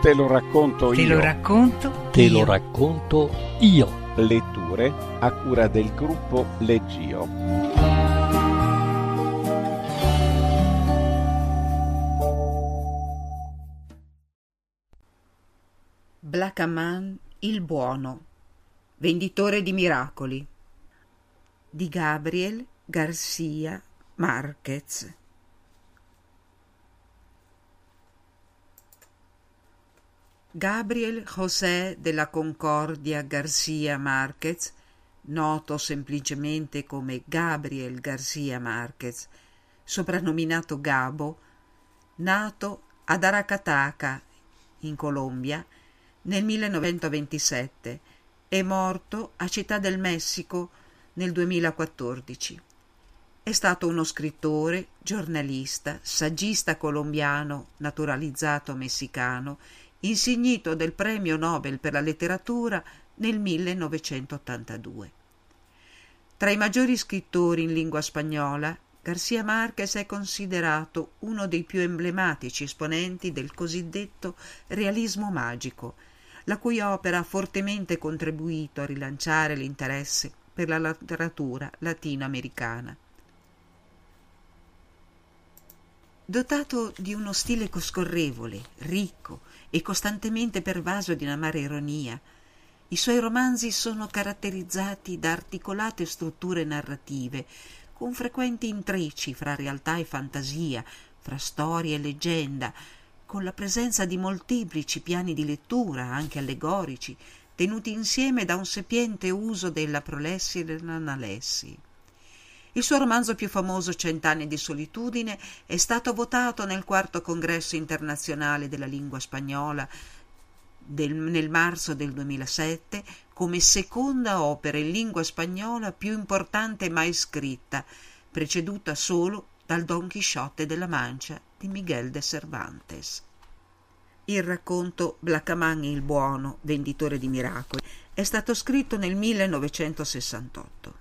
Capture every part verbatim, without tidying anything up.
Te lo racconto Te io. lo racconto Te io. lo racconto io. Letture a cura del gruppo Leggio. Blackaman il buono, venditore di miracoli, di Gabriel García Márquez. Gabriel José de la Concordia García Márquez, noto semplicemente come Gabriel García Márquez, soprannominato Gabo, nato ad Aracataca, in Colombia, nel millenovecentoventisette e morto a Città del Messico nel duemilaquattordici. È stato uno scrittore, giornalista, saggista colombiano naturalizzato messicano, insignito del premio Nobel per la letteratura nel millenovecentottantadue. Tra i maggiori scrittori in lingua spagnola, García Márquez è considerato uno dei più emblematici esponenti del cosiddetto realismo magico, la cui opera ha fortemente contribuito a rilanciare l'interesse per la letteratura latinoamericana. Dotato di uno stile scorrevole, ricco e costantemente pervaso di un'amara ironia, i suoi romanzi sono caratterizzati da articolate strutture narrative, con frequenti intrecci fra realtà e fantasia, fra storia e leggenda, con la presenza di molteplici piani di lettura, anche allegorici, tenuti insieme da un sapiente uso della prolessi e dell'analessi. Il suo romanzo più famoso, Cent'anni di solitudine, è stato votato nel quarto congresso internazionale della lingua spagnola del, nel marzo del duemilasette come seconda opera in lingua spagnola più importante mai scritta, preceduta solo dal Don Chisciotte della Mancia di Miguel de Cervantes. Il racconto Blackaman il buono, venditore di miracoli, è stato scritto nel millenovecentosessantotto.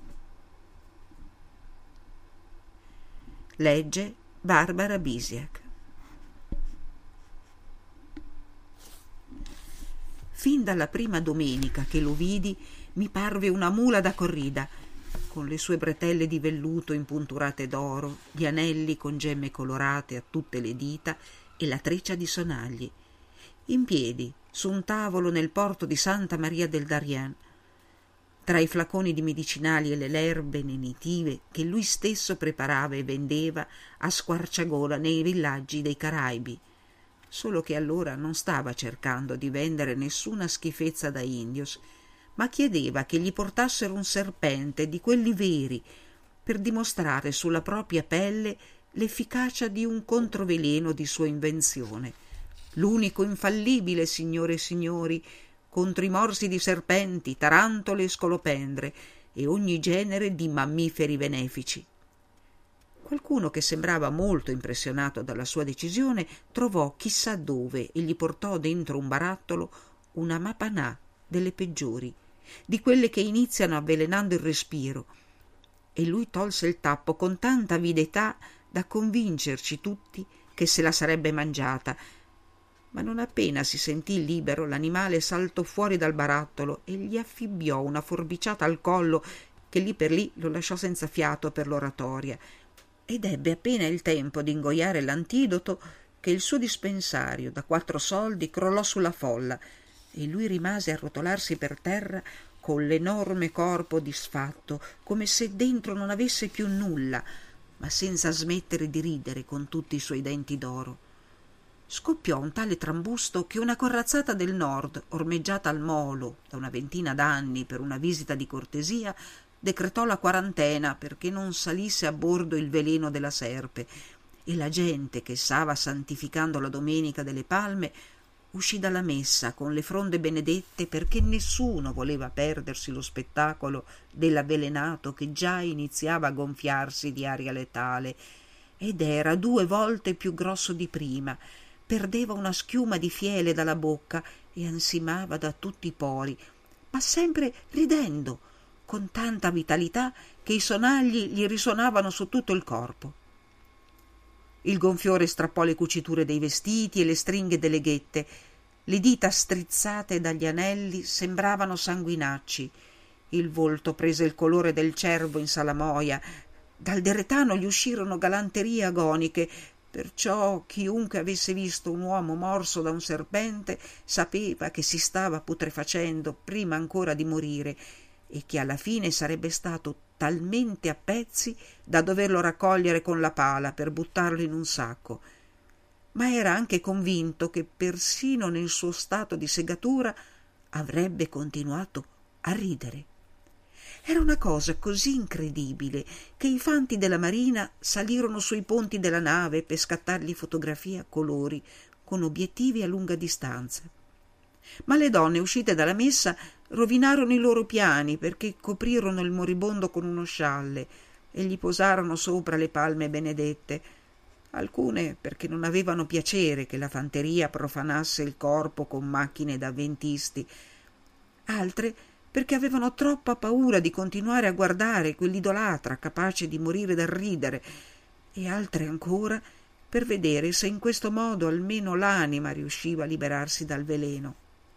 Legge Barbara Bisiak. Fin dalla prima domenica che lo vidi mi parve una mula da corrida, con le sue bretelle di velluto impunturate d'oro, gli anelli con gemme colorate a tutte le dita e la treccia di sonagli, in piedi su un tavolo nel porto di Santa Maria del Darién, tra i flaconi di medicinali e le erbe lenitive che lui stesso preparava e vendeva a squarciagola nei villaggi dei Caraibi, solo che allora non stava cercando di vendere nessuna schifezza da indios, ma chiedeva che gli portassero un serpente di quelli veri per dimostrare sulla propria pelle l'efficacia di un controveleno di sua invenzione, l'unico infallibile, signore e signori, contro i morsi di serpenti, tarantole e scolopendre e ogni genere di mammiferi benefici. Qualcuno che sembrava molto impressionato dalla sua decisione trovò chissà dove e gli portò dentro un barattolo una mapanà delle peggiori, di quelle che iniziano avvelenando il respiro, e lui tolse il tappo con tanta avidità da convincerci tutti che se la sarebbe mangiata. Ma non appena si sentì libero, l'animale saltò fuori dal barattolo e gli affibbiò una forbiciata al collo che lì per lì lo lasciò senza fiato per l'oratoria, ed ebbe appena il tempo di ingoiare l'antidoto che il suo dispensario da quattro soldi crollò sulla folla e lui rimase a rotolarsi per terra con l'enorme corpo disfatto, come se dentro non avesse più nulla, ma senza smettere di ridere con tutti i suoi denti d'oro. Scoppiò un tale trambusto che una corazzata del nord, ormeggiata al molo da una ventina d'anni per una visita di cortesia, decretò la quarantena perché non salisse a bordo il veleno della serpe, e la gente che stava santificando la Domenica delle Palme uscì dalla messa con le fronde benedette perché nessuno voleva perdersi lo spettacolo dell'avvelenato che già iniziava a gonfiarsi di aria letale ed era due volte più grosso di prima, perdeva una schiuma di fiele dalla bocca e ansimava da tutti i pori, ma sempre ridendo, con tanta vitalità che i sonagli gli risuonavano su tutto il corpo. Il gonfiore strappò le cuciture dei vestiti e le stringhe delle ghette, Le dita strizzate dagli anelli sembravano sanguinacci. Il volto prese il colore del cervo in salamoia. Dal deretano gli uscirono galanterie agoniche, perciò chiunque avesse visto un uomo morso da un serpente sapeva che si stava putrefacendo prima ancora di morire e che alla fine sarebbe stato talmente a pezzi da doverlo raccogliere con la pala per buttarlo in un sacco. Ma era anche convinto che persino nel suo stato di segatura avrebbe continuato a ridere. Era una cosa così incredibile che i fanti della marina salirono sui ponti della nave per scattargli fotografie a colori con obiettivi a lunga distanza. Ma le donne uscite dalla messa rovinarono i loro piani perché coprirono il moribondo con uno scialle e gli posarono sopra le palme benedette, alcune perché non avevano piacere che la fanteria profanasse il corpo con macchine da avventisti, altre perché avevano troppa paura di continuare a guardare quell'idolatra capace di morire dal ridere, e altre ancora per vedere se in questo modo almeno l'anima riusciva a liberarsi dal veleno.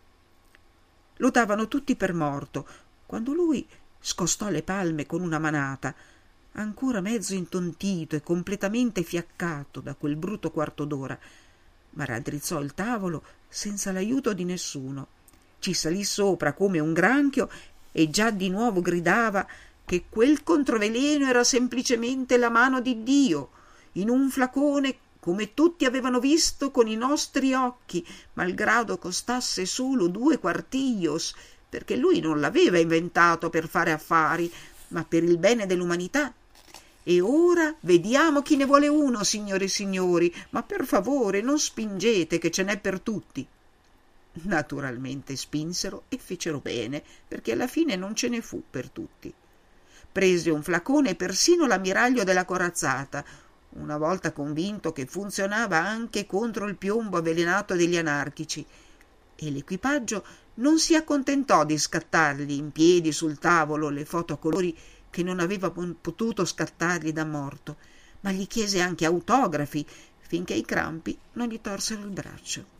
Lo davano tutti per morto, quando lui scostò le palme con una manata, ancora mezzo intontito e completamente fiaccato da quel brutto quarto d'ora, ma raddrizzò il tavolo senza l'aiuto di nessuno. Ci salì sopra come un granchio e già di nuovo gridava che quel controveleno era semplicemente la mano di Dio, in un flacone come tutti avevano visto con i nostri occhi, malgrado costasse solo due quartiglios, perché lui non l'aveva inventato per fare affari, ma per il bene dell'umanità. E ora vediamo chi ne vuole uno, signore e signori, ma per favore non spingete che ce n'è per tutti. Naturalmente spinsero e fecero bene, perché alla fine non ce ne fu per tutti. Prese un flacone persino l'ammiraglio della corazzata, una volta convinto che funzionava anche contro il piombo avvelenato degli anarchici, e l'equipaggio non si accontentò di scattargli in piedi sul tavolo le foto a colori che non aveva potuto scattargli da morto, ma gli chiese anche autografi finché i crampi non gli torsero il braccio.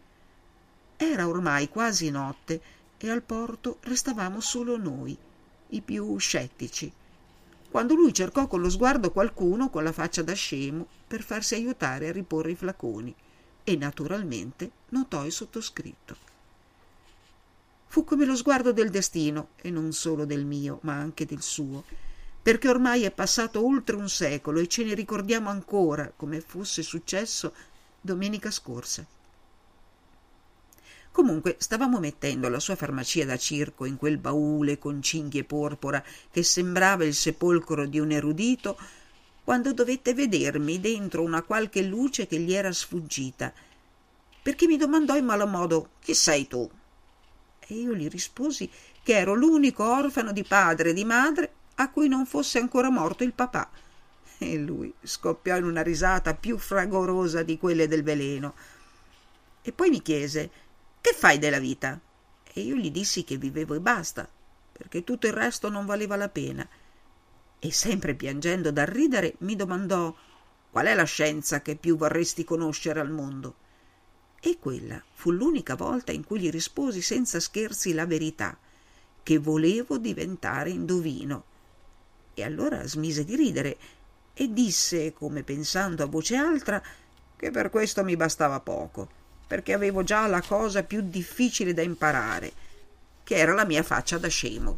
Era ormai quasi notte e al porto restavamo solo noi, i più scettici, quando lui cercò con lo sguardo qualcuno con la faccia da scemo per farsi aiutare a riporre i flaconi e naturalmente notò il sottoscritto. Fu come lo sguardo del destino, e non solo del mio, ma anche del suo, perché ormai è passato oltre un secolo e ce ne ricordiamo ancora come fosse successo domenica scorsa. Comunque stavamo mettendo la sua farmacia da circo in quel baule con cinghie porpora che sembrava il sepolcro di un erudito, quando dovette vedermi dentro una qualche luce che gli era sfuggita, perché mi domandò in malo modo: «Chi sei tu?» E io gli risposi che ero l'unico orfano di padre e di madre a cui non fosse ancora morto il papà. E lui scoppiò in una risata più fragorosa di quelle del veleno. E poi mi chiese: «Che fai della vita?» E io gli dissi che vivevo e basta, perché tutto il resto non valeva la pena. E sempre piangendo dal ridere mi domandò: «Qual è la scienza che più vorresti conoscere al mondo?» E quella fu l'unica volta in cui gli risposi senza scherzi la verità, che volevo diventare indovino. E allora smise di ridere e disse, come pensando a voce alta, che per questo mi bastava poco, perché avevo già la cosa più difficile da imparare, che era la mia faccia da scemo.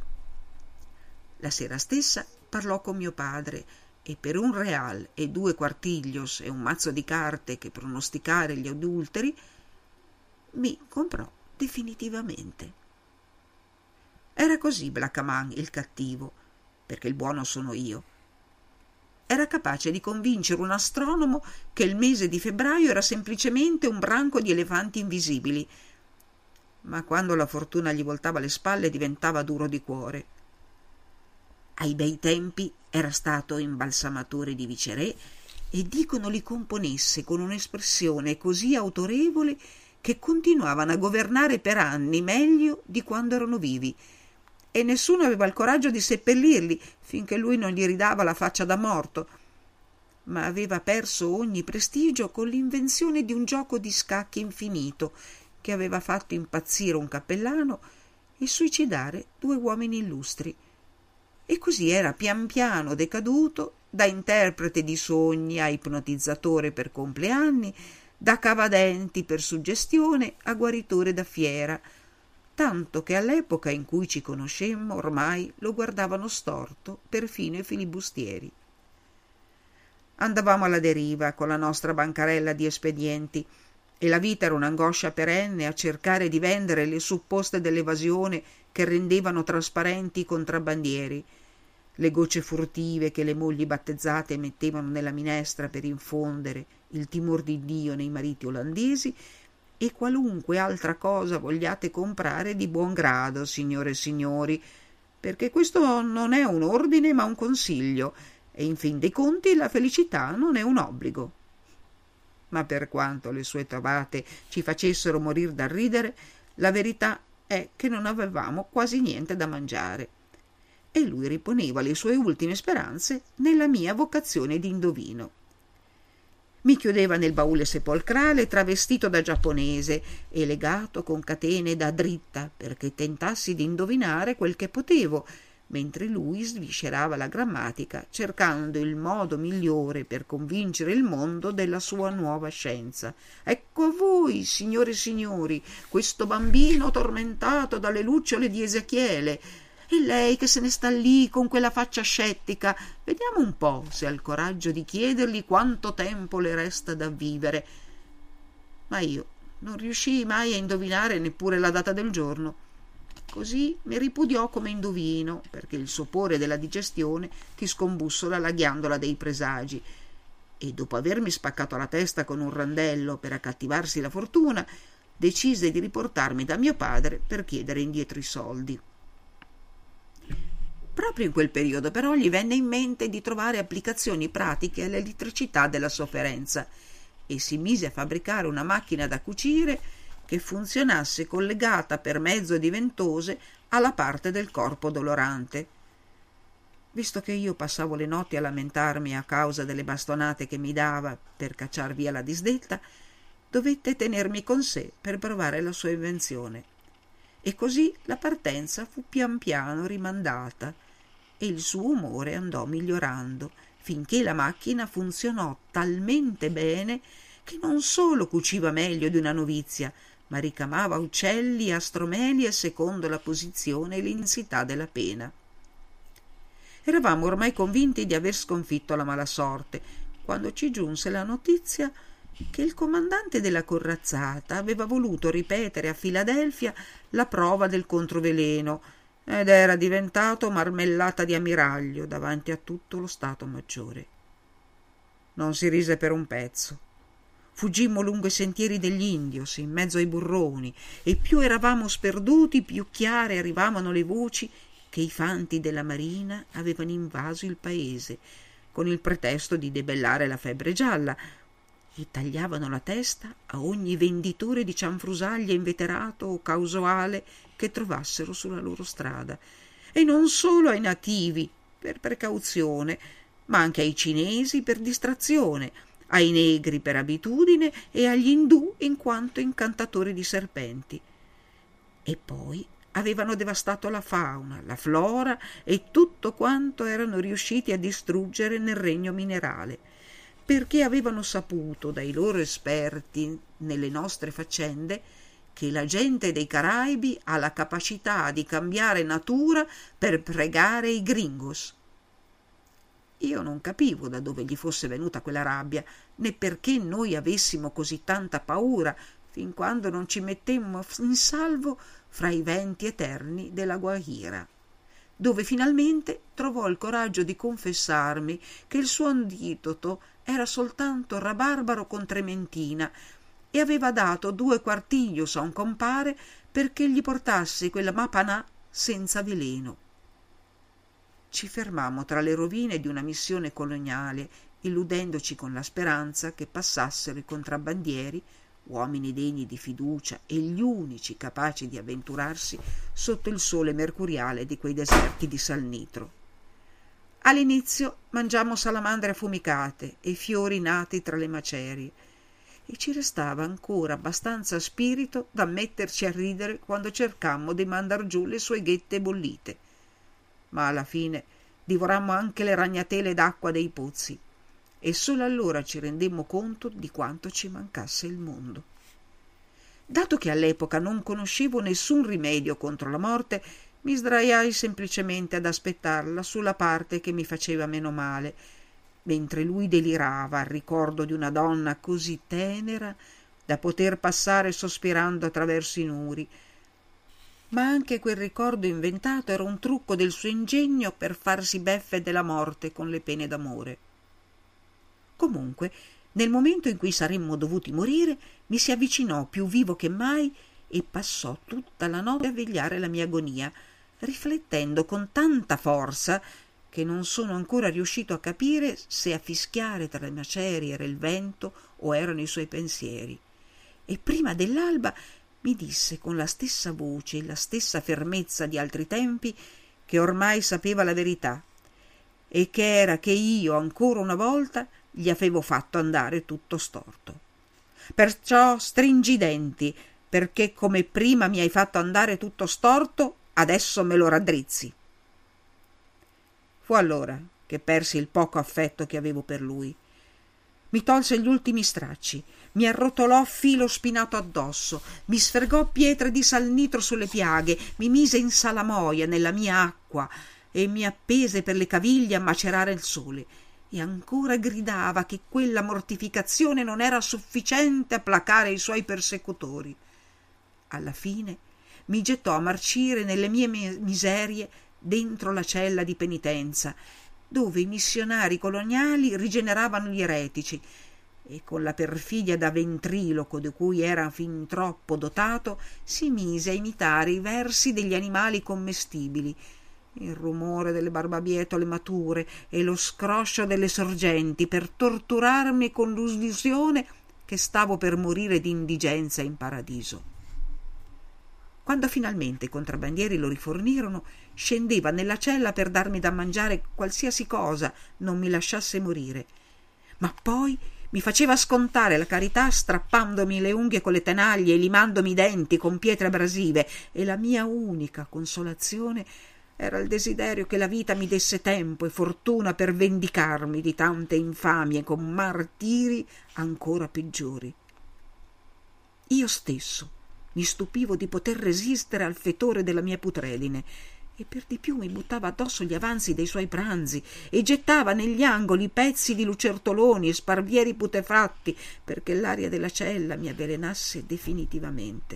La sera stessa parlò con mio padre e per un real e due quartiglios e un mazzo di carte che pronosticare gli adulteri mi comprò definitivamente. Era così Blackaman il cattivo, perché il buono sono io. Era capace di convincere un astronomo che il mese di febbraio era semplicemente un branco di elefanti invisibili, ma quando la fortuna gli voltava le spalle diventava duro di cuore. Ai bei tempi era stato imbalsamatore di viceré e dicono li componesse con un'espressione così autorevole che continuavano a governare per anni meglio di quando erano vivi, e nessuno aveva il coraggio di seppellirli finché lui non gli ridava la faccia da morto, ma aveva perso ogni prestigio con l'invenzione di un gioco di scacchi infinito che aveva fatto impazzire un cappellano e suicidare due uomini illustri. E così era pian piano decaduto da interprete di sogni a ipnotizzatore per compleanni, da cavadenti per suggestione a guaritore da fiera, tanto che all'epoca in cui ci conoscemmo ormai lo guardavano storto perfino i filibustieri. Andavamo alla deriva con la nostra bancarella di espedienti e la vita era un'angoscia perenne a cercare di vendere le supposte dell'evasione che rendevano trasparenti i contrabbandieri, le gocce furtive che le mogli battezzate mettevano nella minestra per infondere il timor di Dio nei mariti olandesi e qualunque altra cosa vogliate comprare di buon grado, signore e signori, perché questo non è un ordine ma un consiglio e in fin dei conti la felicità non è un obbligo. Ma per quanto le sue trovate ci facessero morir dal ridere, la verità è che non avevamo quasi niente da mangiare e lui riponeva le sue ultime speranze nella mia vocazione di indovino. Mi chiudeva nel baule sepolcrale travestito da giapponese e legato con catene da dritta perché tentassi di indovinare quel che potevo, mentre lui sviscerava la grammatica cercando il modo migliore per convincere il mondo della sua nuova scienza. Ecco a voi, signore e signori, questo bambino tormentato dalle lucciole di Ezechiele. E lei che se ne sta lì con quella faccia scettica, vediamo un po' se ha il coraggio di chiedergli quanto tempo le resta da vivere. Ma io non riuscii mai a indovinare neppure la data del giorno. Così mi ripudiò come indovino, perché il sopore della digestione ti scombussola la ghiandola dei presagi, e dopo avermi spaccato la testa con un randello per accattivarsi la fortuna, decise di riportarmi da mio padre per chiedere indietro i soldi. Proprio in quel periodo però gli venne in mente di trovare applicazioni pratiche all'elettricità della sofferenza e si mise a fabbricare una macchina da cucire che funzionasse collegata per mezzo di ventose alla parte del corpo dolorante. Visto che io passavo le notti a lamentarmi a causa delle bastonate che mi dava per cacciar via la disdetta, dovette tenermi con sé per provare la sua invenzione. E così la partenza fu pian piano rimandata e il suo umore andò migliorando finché la macchina funzionò talmente bene che non solo cuciva meglio di una novizia, ma ricamava uccelli e astromelie secondo la posizione e l'intensità della pena. Eravamo ormai convinti di aver sconfitto la mala sorte, quando ci giunse la notizia che il comandante della corazzata aveva voluto ripetere a Filadelfia la prova del controveleno ed era diventato marmellata di ammiraglio davanti a tutto lo Stato Maggiore. Non si rise per un pezzo. Fuggimmo lungo i sentieri degli indios, in mezzo ai burroni, e più eravamo sperduti, più chiare arrivavano le voci che i fanti della marina avevano invaso il paese, con il pretesto di debellare la febbre gialla, e tagliavano la testa a ogni venditore di cianfrusaglia inveterato o casuale che trovassero sulla loro strada, e non solo ai nativi per precauzione, ma anche ai cinesi per distrazione, ai negri per abitudine e agli indù in quanto incantatori di serpenti. E poi avevano devastato la fauna, la flora e tutto quanto erano riusciti a distruggere nel regno minerale, perché avevano saputo dai loro esperti nelle nostre faccende che la gente dei Caraibi ha la capacità di cambiare natura per pregare i gringos. Io non capivo da dove gli fosse venuta quella rabbia, né perché noi avessimo così tanta paura fin quando non ci mettemmo in salvo fra i venti eterni della Guajira, dove finalmente trovò il coraggio di confessarmi che il suo antidoto era soltanto rabarbaro con trementina e aveva dato due quartiglios a un compare perché gli portasse quella mapanà senza veleno. Ci fermammo tra le rovine di una missione coloniale, illudendoci con la speranza che passassero i contrabbandieri, uomini degni di fiducia e gli unici capaci di avventurarsi sotto il sole mercuriale di quei deserti di Salnitro. All'inizio mangiammo salamandre affumicate e fiori nati tra le macerie, e ci restava ancora abbastanza spirito da metterci a ridere quando cercammo di mandar giù le sue ghette bollite. Ma alla fine divorammo anche le ragnatele d'acqua dei pozzi e solo allora ci rendemmo conto di quanto ci mancasse il mondo. Dato che all'epoca non conoscevo nessun rimedio contro la morte, mi sdraiai semplicemente ad aspettarla sulla parte che mi faceva meno male, mentre lui delirava al ricordo di una donna così tenera da poter passare sospirando attraverso i muri. Ma anche quel ricordo inventato era un trucco del suo ingegno per farsi beffe della morte con le pene d'amore. Comunque, nel momento in cui saremmo dovuti morire, mi si avvicinò più vivo che mai e passò tutta la notte a vegliare la mia agonia, riflettendo con tanta forza che non sono ancora riuscito a capire se a fischiare tra le macerie era il vento o erano i suoi pensieri. E prima dell'alba mi disse con la stessa voce e la stessa fermezza di altri tempi che ormai sapeva la verità e che era che io ancora una volta gli avevo fatto andare tutto storto. Perciò stringi i denti, perché come prima mi hai fatto andare tutto storto, adesso me lo raddrizzi. Fu allora che persi il poco affetto che avevo per lui. Mi tolse gli ultimi stracci, mi arrotolò filo spinato addosso, mi sfregò pietre di salnitro sulle piaghe, mi mise in salamoia nella mia acqua e mi appese per le caviglie a macerare il sole. E ancora gridava che quella mortificazione non era sufficiente a placare i suoi persecutori. Alla fine mi gettò a marcire nelle mie miserie dentro la cella di penitenza, dove i missionari coloniali rigeneravano gli eretici, e con la perfidia da ventriloquo di cui era fin troppo dotato si mise a imitare i versi degli animali commestibili, il rumore delle barbabietole mature e lo scroscio delle sorgenti, per torturarmi con l'illusione che stavo per morire di indigenza in paradiso. Quando finalmente i contrabbandieri lo rifornirono, scendeva nella cella per darmi da mangiare qualsiasi cosa non mi lasciasse morire, ma poi mi faceva scontare la carità strappandomi le unghie con le tenaglie e limandomi i denti con pietre abrasive, e la mia unica consolazione era il desiderio che la vita mi desse tempo e fortuna per vendicarmi di tante infamie con martiri ancora peggiori. Io stesso mi stupivo di poter resistere al fetore della mia putredine, e per di più mi buttava addosso gli avanzi dei suoi pranzi e gettava negli angoli pezzi di lucertoloni e sparvieri putefatti perché l'aria della cella mi avvelenasse definitivamente.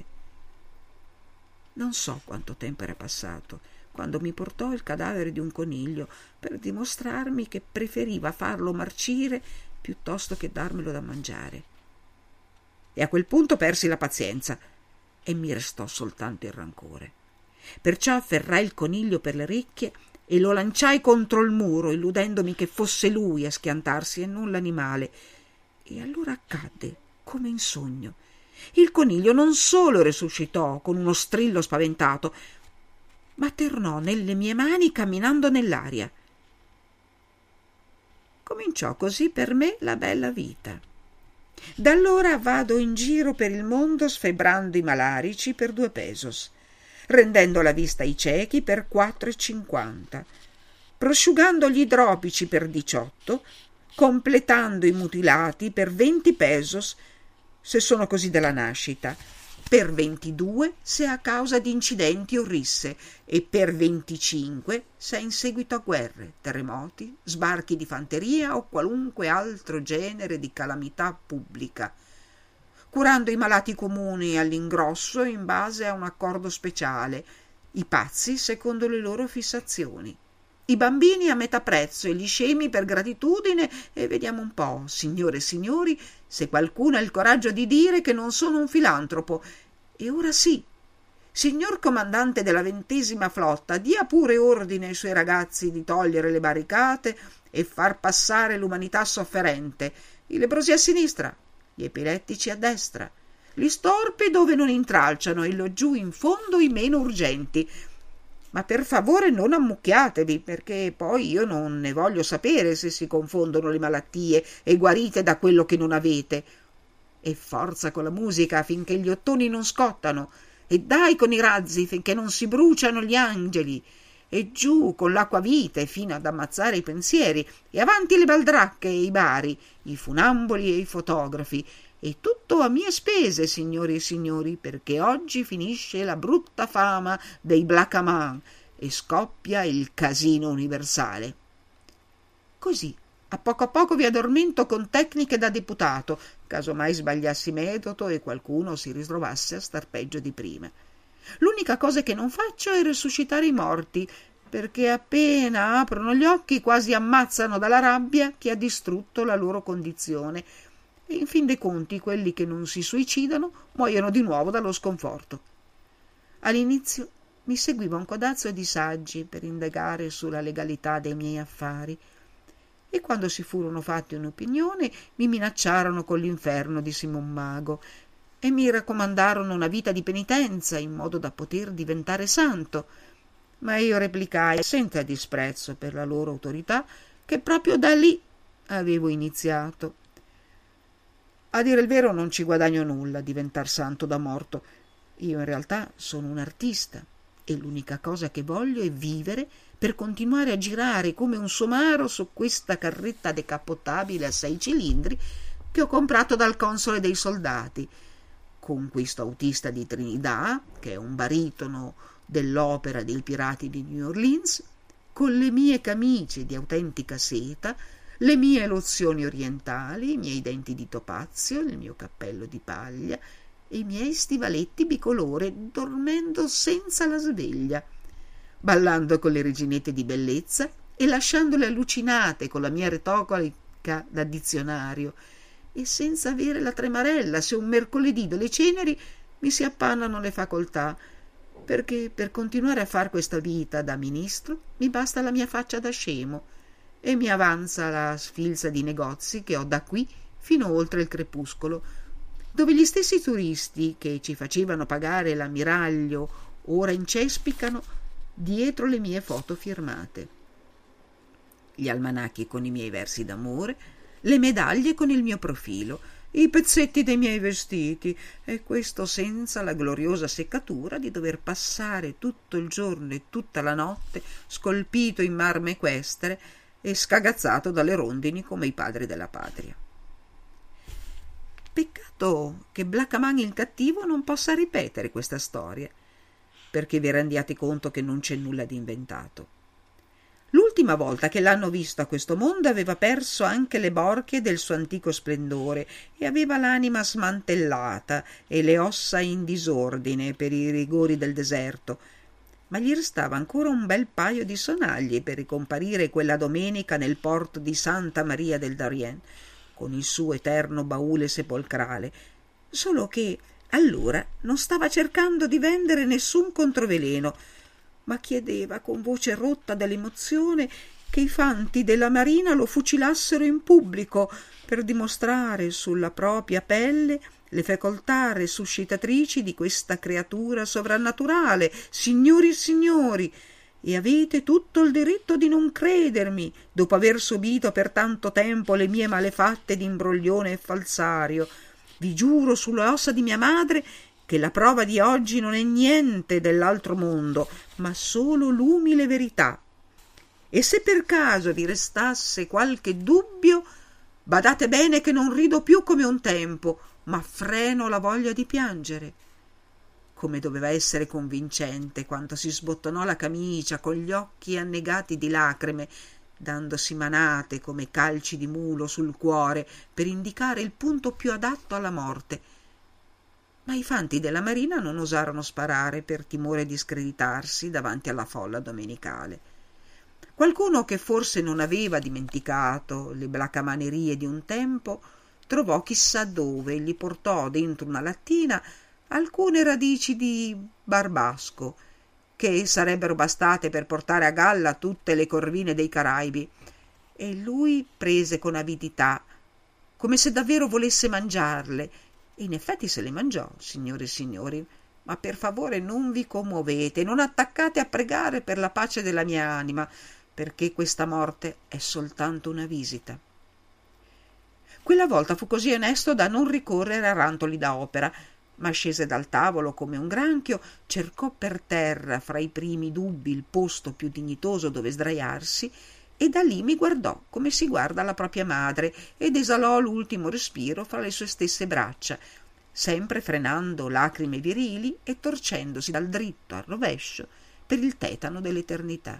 Non so quanto tempo era passato quando mi portò il cadavere di un coniglio per dimostrarmi che preferiva farlo marcire piuttosto che darmelo da mangiare. E a quel punto persi la pazienza e mi restò soltanto il rancore. Perciò afferrai il coniglio per le orecchie e lo lanciai contro il muro, illudendomi che fosse lui a schiantarsi e non l'animale. E allora accadde, come in sogno. Il coniglio non solo resuscitò con uno strillo spaventato, ma tornò nelle mie mani camminando nell'aria. Cominciò così per me la bella vita. Da allora vado in giro per il mondo sfebrando i malarici per due pesos, rendendo la vista ai ciechi per quattro e cinquanta, prosciugando gli idropici per diciotto, completando i mutilati per venti pesos se sono così dalla nascita, per ventidue se a causa di incidenti o risse e per venticinque se in seguito a guerre, terremoti, sbarchi di fanteria o qualunque altro genere di calamità pubblica, curando i malati comuni all'ingrosso in base a un accordo speciale, i pazzi secondo le loro fissazioni, i bambini a metà prezzo e gli scemi per gratitudine, e vediamo un po', signore e signori, se qualcuno ha il coraggio di dire che non sono un filantropo. E ora sì, signor comandante della ventesima flotta, dia pure ordine ai suoi ragazzi di togliere le barricate e far passare l'umanità sofferente, i lebbrosi a sinistra, gli epilettici a destra, gli storpi dove non intralciano e laggiù in fondo i meno urgenti. Ma per favore non ammucchiatevi, perché poi io non ne voglio sapere se si confondono le malattie e guarite da quello che non avete. e forza con la musica finché gli ottoni non scottano, e dai con i razzi finché non si bruciano gli angeli, e giù con l'acquavite fino ad ammazzare i pensieri, e avanti le baldracche e i bari, i funamboli e i fotografi, e tutto a mie spese, signori e signori, perché oggi finisce la brutta fama dei Blackaman e scoppia il casino universale. Così, a poco a poco vi addormento con tecniche da deputato, caso mai sbagliassi metodo e qualcuno si ritrovasse a star peggio di prima. L'unica cosa che non faccio è resuscitare i morti, perché appena aprono gli occhi quasi ammazzano dalla rabbia chi ha distrutto la loro condizione, e in fin dei conti quelli che non si suicidano muoiono di nuovo dallo sconforto. All'inizio mi seguiva un codazzo di saggi per indagare sulla legalità dei miei affari, e quando si furono fatti un'opinione mi minacciarono con l'inferno di Simon Mago e mi raccomandarono una vita di penitenza in modo da poter diventare santo, ma io replicai senza disprezzo per la loro autorità che proprio da lì avevo iniziato. A dire il vero non ci guadagno nulla a diventar santo da morto. Io in realtà sono un artista e l'unica cosa che voglio è vivere per continuare a girare come un somaro su questa carretta decapottabile a sei cilindri che ho comprato dal console dei soldati, con questo autista di Trinidad, che è un baritono dell'opera dei pirati di New Orleans, con le mie camicie di autentica seta, le mie lozioni orientali, i miei denti di topazio, il mio cappello di paglia e i miei stivaletti bicolore, dormendo senza la sveglia, ballando con le reginette di bellezza e lasciandole allucinate con la mia retorica da dizionario, e senza avere la tremarella se un mercoledì delle ceneri mi si appannano le facoltà, perché per continuare a far questa vita da ministro mi basta la mia faccia da scemo e mi avanza la sfilza di negozi che ho da qui fino oltre il crepuscolo, dove gli stessi turisti che ci facevano pagare l'ammiraglio ora incespicano dietro le mie foto firmate. Gli almanacchi con i miei versi d'amore, le medaglie con il mio profilo, i pezzetti dei miei vestiti, e questo senza la gloriosa seccatura di dover passare tutto il giorno e tutta la notte scolpito in marmo equestre e scagazzato dalle rondini come i padri della patria. Peccato che Blackaman il cattivo non possa ripetere questa storia, perché vi rendiate conto che non c'è nulla di inventato. L'ultima volta che l'hanno visto a questo mondo aveva perso anche le borchie del suo antico splendore e aveva l'anima smantellata e le ossa in disordine per i rigori del deserto, ma gli restava ancora un bel paio di sonagli per ricomparire quella domenica nel porto di Santa Maria del Darien con il suo eterno baule sepolcrale, solo che allora non stava cercando di vendere nessun controveleno, ma chiedeva con voce rotta dall'emozione che i fanti della marina lo fucilassero in pubblico per dimostrare sulla propria pelle le facoltà resuscitatrici di questa creatura sovrannaturale. Signori e signori, e avete tutto il diritto di non credermi dopo aver subito per tanto tempo le mie malefatte di imbroglione e falsario. Vi giuro sulle ossa di mia madre che la prova di oggi non è niente dell'altro mondo, ma solo l'umile verità. E se per caso vi restasse qualche dubbio, badate bene che non rido più come un tempo, ma freno la voglia di piangere. Come doveva essere convincente quando si sbottonò la camicia con gli occhi annegati di lacrime, dandosi manate come calci di mulo sul cuore per indicare il punto più adatto alla morte. Ma i fanti della marina non osarono sparare per timore di screditarsi davanti alla folla domenicale. Qualcuno che forse non aveva dimenticato le blaccamanerie di un tempo trovò chissà dove e gli portò dentro una lattina alcune radici di barbasco che sarebbero bastate per portare a galla tutte le corvine dei Caraibi, e lui prese con avidità, come se davvero volesse mangiarle, e in effetti se le mangiò, signore e signori. Ma per favore non vi commuovete, non attaccate a pregare per la pace della mia anima, perché questa morte è soltanto una visita. Quella volta fu così onesto da non ricorrere a rantoli da opera, ma scese dal tavolo come un granchio, cercò per terra fra i primi dubbi il posto più dignitoso dove sdraiarsi e da lì mi guardò come si guarda la propria madre ed esalò l'ultimo respiro fra le sue stesse braccia, sempre frenando lacrime virili e torcendosi dal dritto al rovescio per il tetano dell'eternità.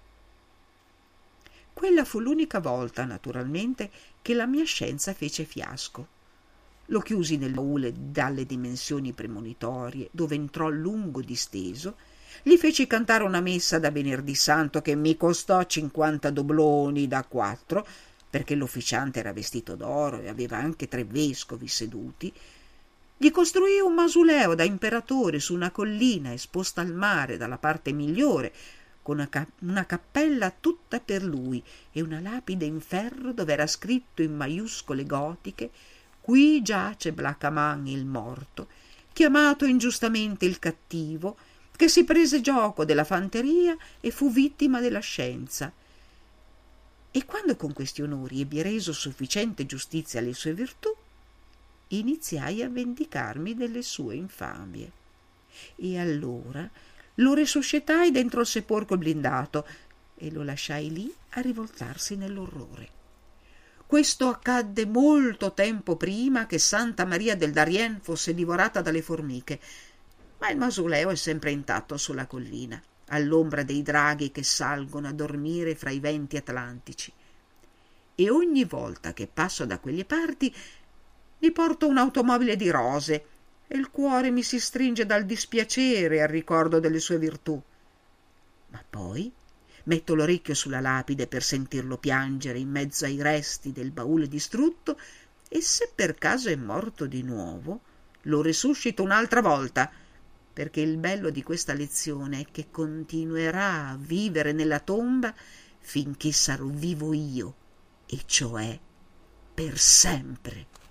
Quella fu l'unica volta, naturalmente, che la mia scienza fece fiasco. Lo chiusi nel baule dalle dimensioni premonitorie, dove entrò lungo disteso, gli feci cantare una messa da venerdì santo che mi costò cinquanta dobloni da quattro, perché l'ufficiante era vestito d'oro e aveva anche tre vescovi seduti. Gli costruì un mausoleo da imperatore su una collina esposta al mare dalla parte migliore, con una, ca- una cappella tutta per lui e una lapide in ferro dove era scritto in maiuscole gotiche: «Qui giace Blackaman il morto, chiamato ingiustamente il cattivo, che si prese gioco della fanteria e fu vittima della scienza». E quando con questi onori ebbi reso sufficiente giustizia alle sue virtù, iniziai a vendicarmi delle sue infamie. E allora lo risuscitai dentro il sepolcro blindato e lo lasciai lì a rivoltarsi nell'orrore. Questo accadde molto tempo prima che Santa Maria del Darien fosse divorata dalle formiche, ma il mausoleo è sempre intatto sulla collina, all'ombra dei draghi che salgono a dormire fra i venti atlantici. E ogni volta che passo da quelle parti mi porto un'automobile di rose e il cuore mi si stringe dal dispiacere al ricordo delle sue virtù. Ma poi metto l'orecchio sulla lapide per sentirlo piangere in mezzo ai resti del baule distrutto e se per caso è morto di nuovo lo risuscito un'altra volta, perché il bello di questa lezione è che continuerà a vivere nella tomba finché sarò vivo io, e cioè per sempre.